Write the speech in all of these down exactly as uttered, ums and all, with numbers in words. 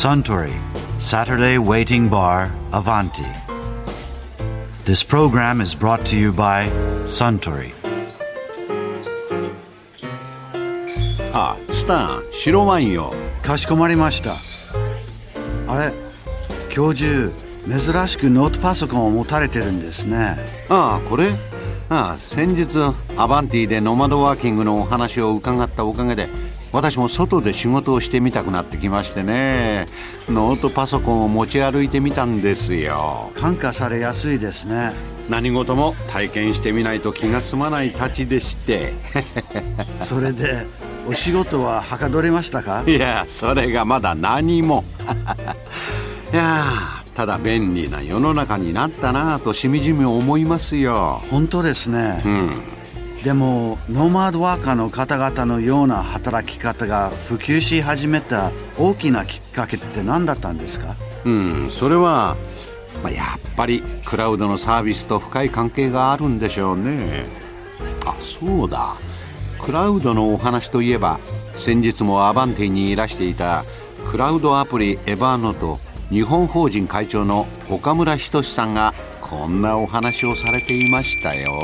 Suntory Saturday Waiting Bar Avanti. This program is brought to you by Suntory. あ、スタン、白ワインよ。 かしこまりました。あれ、教授、珍しくノートパソコンを持たれてるんですね。 ああ、これああ、先日アバンティでノマドワーキングのお話を伺ったおかげで、私も外で仕事をしてみたくなってきましてね、ノートパソコンを持ち歩いてみたんですよ。 感化されやすいですね。 何事も体験してみないと気が済まないたちでしてそれでお仕事ははかどりましたか？ いや、それがまだ何もいや、ただ便利な世の中になったなとしみじみ思いますよ。 本当ですね、うん、でもノマドワーカーの方々のような働き方が普及し始めた大きなきっかけって何だったんですか？ うん、それは、まあ、やっぱりクラウドのサービスと深い関係があるんでしょうね。あ、そうだ、クラウドのお話といえば、先日もアバンティにいらしていたクラウドアプリエバーノート日本法人会長の岡村仁さんがこんなお話をされていましたよ。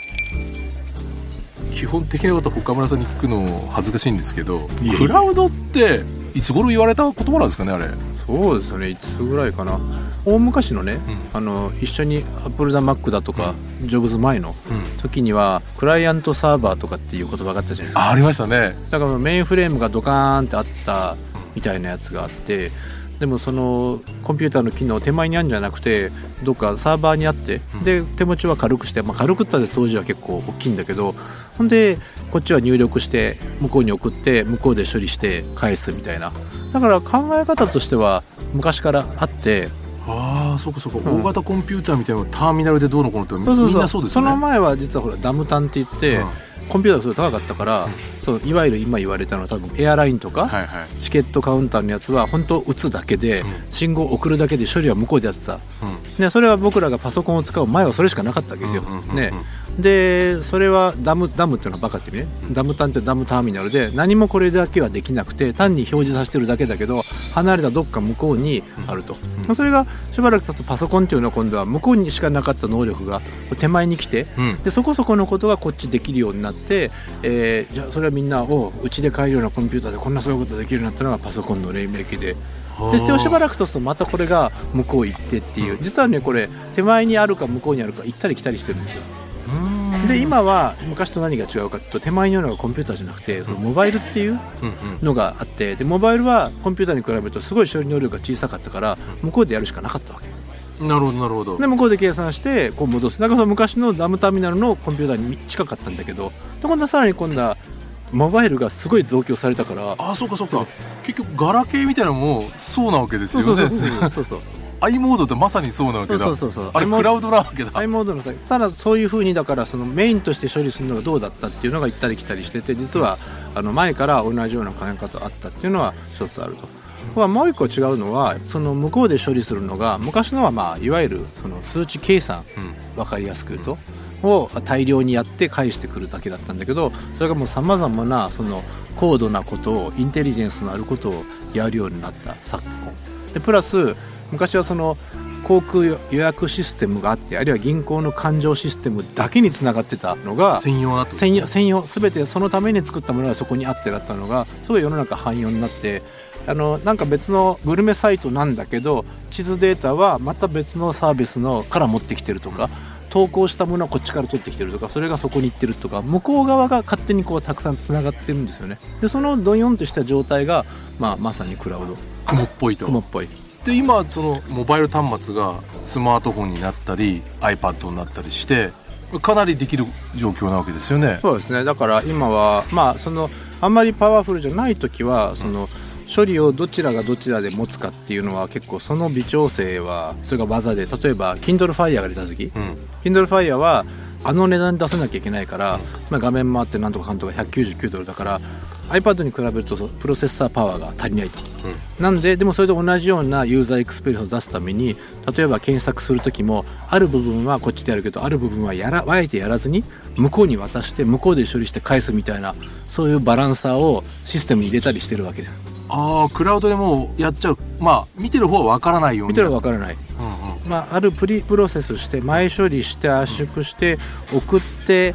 基本的なことは岡村さんに聞くの恥ずかしいんですけど、クラウドっていつ頃言われた言葉なんですかね、あれ。 そうですよね、いつぐらいかな。大昔のね、うん、あの一緒にアップルザマックだとか、うん、ジョブズ前の時には、うん、クライアントサーバーとかっていう言葉があったじゃないですか。 あ, ありましたね。 だからメインフレームがドカーンってあったみたいなやつがあって、でもそのコンピューターの機能手前にあるんじゃなくてどっかサーバーにあって、で手持ちは軽くして、まあ、軽くったって当時は結構大きいんだけど、ほんでこっちは入力して向こうに送って向こうで処理して返すみたいな。だから考え方としては昔からあって、 ああ、そうかそうか、うん、大型コンピューターみたいなのターミナルでどうのこうのってみんなそうですよね。 その前は実はほらダムタンって言って、うん、コンピューターがすごい高かったから、うん、そういわゆる今言われたのは多分エアラインとか、はいはい、チケットカウンターのやつは本当打つだけで、うん、信号を送るだけで処理は向こうでやってた、うん、でそれは僕らがパソコンを使う前はそれしかなかったわけですよ、うんうんうんうん、ね。でそれはダムダムっていうのはバカって意味ね。ダムタンってダムターミナルで何もこれだけはできなくて単に表示させてるだけだけど離れたどっか向こうにあると、うん、それがしばらく経つとパソコンっていうのは今度は向こうにしかなかった能力が手前に来て、うん、でそこそこのことがこっちできるようになって、えー、じゃあそれはみんなをうちで買えるようなコンピューターでこんなそういうことできるようになったのがパソコンの黎明期で、でしばらく経つとまたこれが向こう行ってっていう、実はねこれ手前にあるか向こうにあるか行ったり来たりしてるんですよ。で今は昔と何が違うかというと、手前にあるのがコンピューターじゃなくてそのモバイルっていうのがあって、でモバイルはコンピューターに比べるとすごい処理能力が小さかったから向こうでやるしかなかったわけ。 なるほどなるほど。で向こうで計算してこう戻す。だからその昔のダムターミナルのコンピューターに近かったんだけど、で今度はさらに今度はモバイルがすごい増強されたから、 あ、そうかそうか、結局ガラケーみたいなのもそうなわけですよね。 そうそうそうそうそう i モードってまさにそうなわけだ。 そうそうそうそう、 あれクラウドなわけだ。 i モードのさ、ただそういう風にだからそのメインとして処理するのがどうだったっていうのが行ったり来たりしてて、実はあの前から同じような考え方あったっていうのは一つあると。もう一個違うのはその向こうで処理するのが昔のはまあいわゆるその数値計算、うん、分かりやすく言うと、うん、を大量にやって返してくるだけだったんだけど、それがもうさまざまなその高度なことをインテリジェンスのあることをやるようになった昨今で、プラス昔はその航空予約システムがあって、あるいは銀行の勘定システムだけにつながってたのが専用だった専用専用全てそのために作ったものがそこにあってだったのがすごい世の中汎用になって、あのなんか別のグルメサイトなんだけど地図データはまた別のサービスのから持ってきてるとか、投稿したものはこっちから取ってきてるとか、それがそこに行ってるとか、向こう側が勝手にこうたくさんつながってるんですよね。でそのドヨンとした状態が、まあ、まさにクラウド雲っぽいと。 雲っぽいで今そのモバイル端末がスマートフォンになったり iPad になったりしてかなりできる状況なわけですよね。 そうですね。だから今はまあそのあんまりパワフルじゃない時はその処理をどちらがどちらで持つかっていうのは結構その微調整はそれが技で、例えば Kindle Fire が出た時、うん、Kindle Fire はあの値段出さなきゃいけないから、まあ、画面もあってなんとかかんとかひゃくきゅうじゅうきゅうドルだから iPad に比べるとプロセッサーパワーが足りないと、うん、なんででもそれと同じようなユーザーエクスペリエンスを出すために、例えば検索する時もある部分はこっちでやるけどある部分はやらあえてやらずに向こうに渡して向こうで処理して返すみたいな、そういうバランサーをシステムに入れたりしてるわけです。 ああ、クラウドでもうやっちゃう。まあ見てる方はわからないように。 見てる方はわからない、 うんうん、 まあ、あるプリプロセスして前処理して圧縮して送って、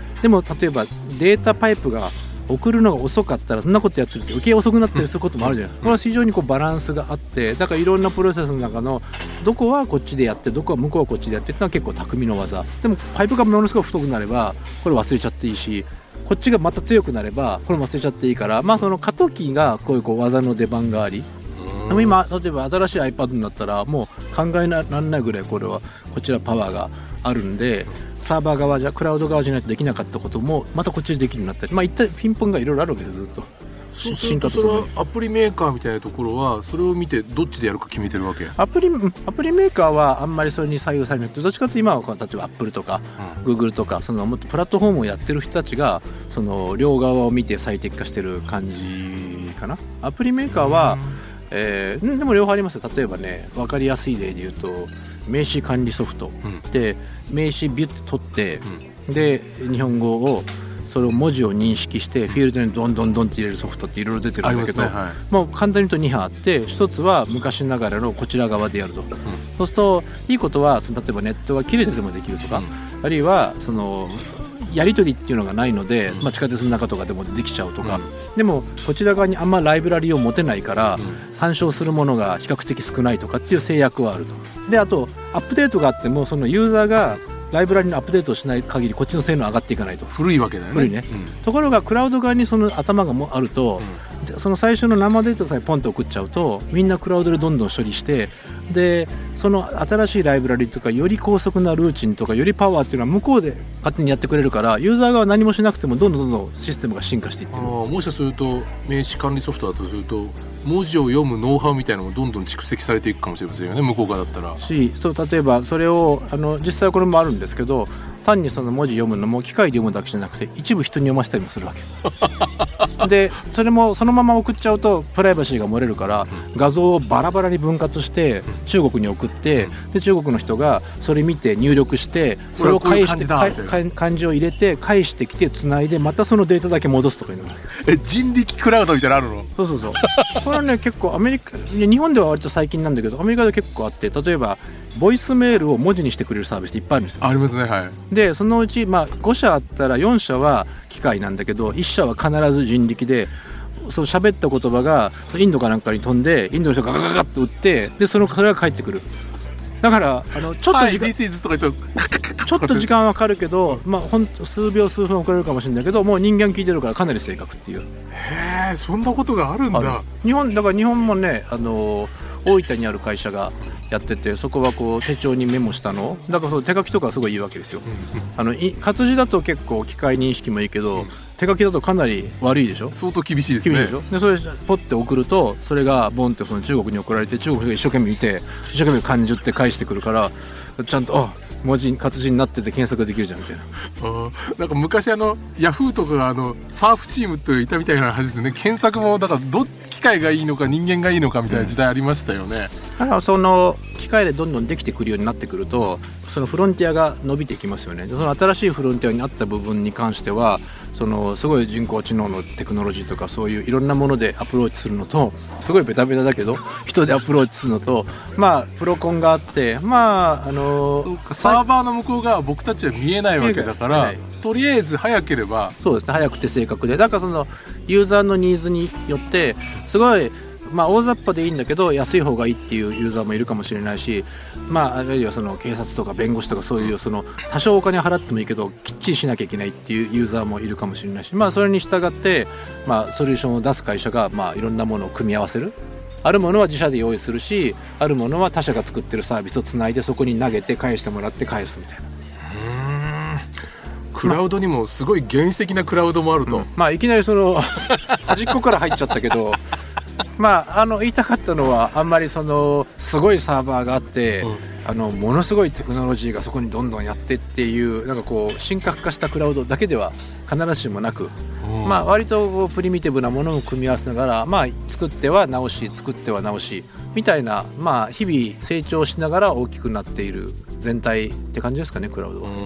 でも例えばデータパイプが送るのが遅かったらそんなことやってると余計遅くなったりすることもあるじゃない、うん、これは非常にこうバランスがあって、だからいろんなプロセスの中のどこはこっちでやってどこは向こうはこっちでやってっていうのは結構匠の技でも、パイプがものすごく太くなればこれ忘れちゃっていいし、こっちがまた強くなればこれも忘れちゃっていいから、まあその過渡期がこういうこう技の出番があり、でも今例えば新しい iPad になったらもう考えられないぐらいこれはこちらパワーがあるんで、サーバー側じゃクラウド側じゃないとできなかったこともまたこっちでできるようになったり、まあ一体ピンポンがいろいろあるわけです。ずっとそうするとそれはアプリメーカーみたいなところはそれを見てどっちでやるか決めてるわけ。 アプリアプリメーカーはあんまりそれに左右されなくて、どっちかというと今は例えば Apple とか Google とかそのもっとプラットフォームをやってる人たちがその両側を見て最適化してる感じかな。アプリメーカーはえー、でも両方ありますよ。例えばね、分かりやすい例で言うと名刺管理ソフト、うん、で名刺ビュッて取って、うん、で日本語をそれを文字を認識してフィールドにどんどんどんって入れるソフトっていろいろ出てるんだけど、ね、はい、もう簡単に言うとにはんあって、一つは昔ながらのこちら側でやると、うん、そうするといいことはその例えばネットが切れてでもできるとか、うん、あるいはそのやり取りっていうのがないので、まあ、地下鉄の中とかでもできちゃうとか、うん、でもこちら側にあんまライブラリを持てないから、うん、参照するものが比較的少ないとかっていう制約はあると。であとアップデートがあってもそのユーザーがライブラリのアップデートをしない限りこっちの性能上がっていかないと。 古いわけだよね。 古いね、うん、ところがクラウド側にその頭がもあると、うん、その最初の生データさえポンと送っちゃうとみんなクラウドでどんどん処理して、でその新しいライブラリとかより高速なルーチンとかよりパワーっていうのは向こうで勝手にやってくれるから、ユーザー側は何もしなくてもどんどんどんどんシステムが進化していってる。あ、 もしかすると名刺管理ソフトだとすると文字を読むノウハウみたいなのもどんどん蓄積されていくかもしれませんよね、向こう側だったら。 し、そう例えばそれをあの実際これもあるんですけど、単にその文字読むのも機械で読むだけじゃなくて一部人に読ませたりもするわけでそれもそのまま送っちゃうとプライバシーが漏れるから、画像をバラバラに分割して中国に送って、で中国の人がそれ見て入力してそれを返して漢字を入れて返してきてつないでまたそのデータだけ戻すとかいうの。 え、人力クラウドみたいなのあるの？ そうそうそうこれはね結構アメリカ、日本では割と最近なんだけどアメリカで結構あって、例えばボイスメールを文字にしてくれるサービスっていっぱいあるんですよ。 ありますね、はい。 でそのうち、まあ、ご社あったらよん社は機械なんだけどいっ社は必ず人力で、その喋った言葉がインドかなんかに飛んでインドの人がガガガガッと打って、でそのそれが返ってくる。だからあのちょっと時間、はい、ちょっと時間はかかるけど、まあ、ほんと数秒数分遅れるかもしれないけどもう人間聞いてるからかなり正確っていう。 へえ、そんなことがあるんだ。 日本だから日本もね、あの大分にある会社がやってて、そこはこう手帳にメモしたのだからその手書きとかはすごいいいわけですよ。あの活字だと結構機械認識もいいけど、うん、手書きだとかなり悪いでしょ。 相当厳しいですね。 厳しいでしょ。でそれポッて送るとそれがボンってその中国に送られて、中国が一生懸命見て一生懸命漢字って返してくるから、ちゃんとあ文字活字になってて検索できるじゃんみたいな。 あ、なんか昔あのヤフーとかがあのサーフチームっていたみたいな話ですよね。検索もだからど機械がいいのか人間がいいのかみたいな時代ありましたよね。 だからその機械でどんどんできてくるようになってくると、そのフロンティアが伸びていきますよね。その新しいフロンティアにあった部分に関してはそのすごい人工知能のテクノロジーとかそういういろんなものでアプローチするのと、すごいベタベタだけど人でアプローチするのと、まあプロコンがあって、まああのそうか、サーバーの向こう側は僕たちは見えないわけだから、はい、とりあえず早ければ。 そうですね、早くて正確で、だからそのユーザーのニーズによってすごい、まあ、大雑把でいいんだけど安い方がいいっていうユーザーもいるかもしれないし、まあ、あるいはその警察とか弁護士とかそういうその多少お金払ってもいいけどきっちりしなきゃいけないっていうユーザーもいるかもしれないし、まあ、それに従って、まあ、ソリューションを出す会社が、まあ、いろんなものを組み合わせる。あるものは自社で用意するし、あるものは他社が作ってるサービスをつないでそこに投げて返してもらって返すみたいな。 うーん、クラウドにもすごい原始的なクラウドもあると、 うん、まあ、いきなりその端っこから入っちゃったけどまあ、あの言いたかったのはあんまりそのすごいサーバーがあって、うん、あのものすごいテクノロジーがそこにどんどんやってっていうなんかこう神格化したクラウドだけでは必ずしもなく、うん、まあ、割とこうプリミティブなものを組み合わせながら、まあ、作っては直し作っては直しみたいな、まあ、日々成長しながら大きくなっている全体って感じですかね、クラウドは。うん、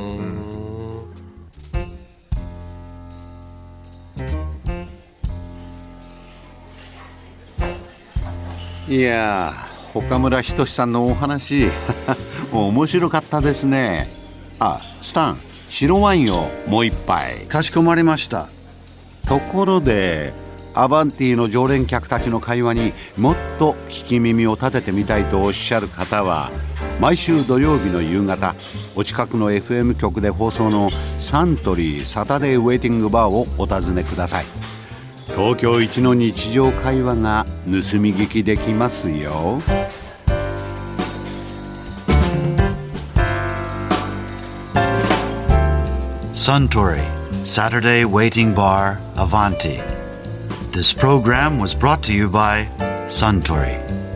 いやー、岡村仁さんのお話面白かったですね。あ、スタン、白ワインをもう一杯。 かしこまりました。 ところでアバンティの常連客たちの会話にもっと聞き耳を立ててみたいとおっしゃる方は、毎週土曜日の夕方、お近くの エフエム 局で放送のサントリーサタデーウェイティングバーをお尋ねください。東京一の日常会話が盗み聞きできますよ。 Suntory Saturday Waiting Bar Avanti. This program was brought to you by Suntory.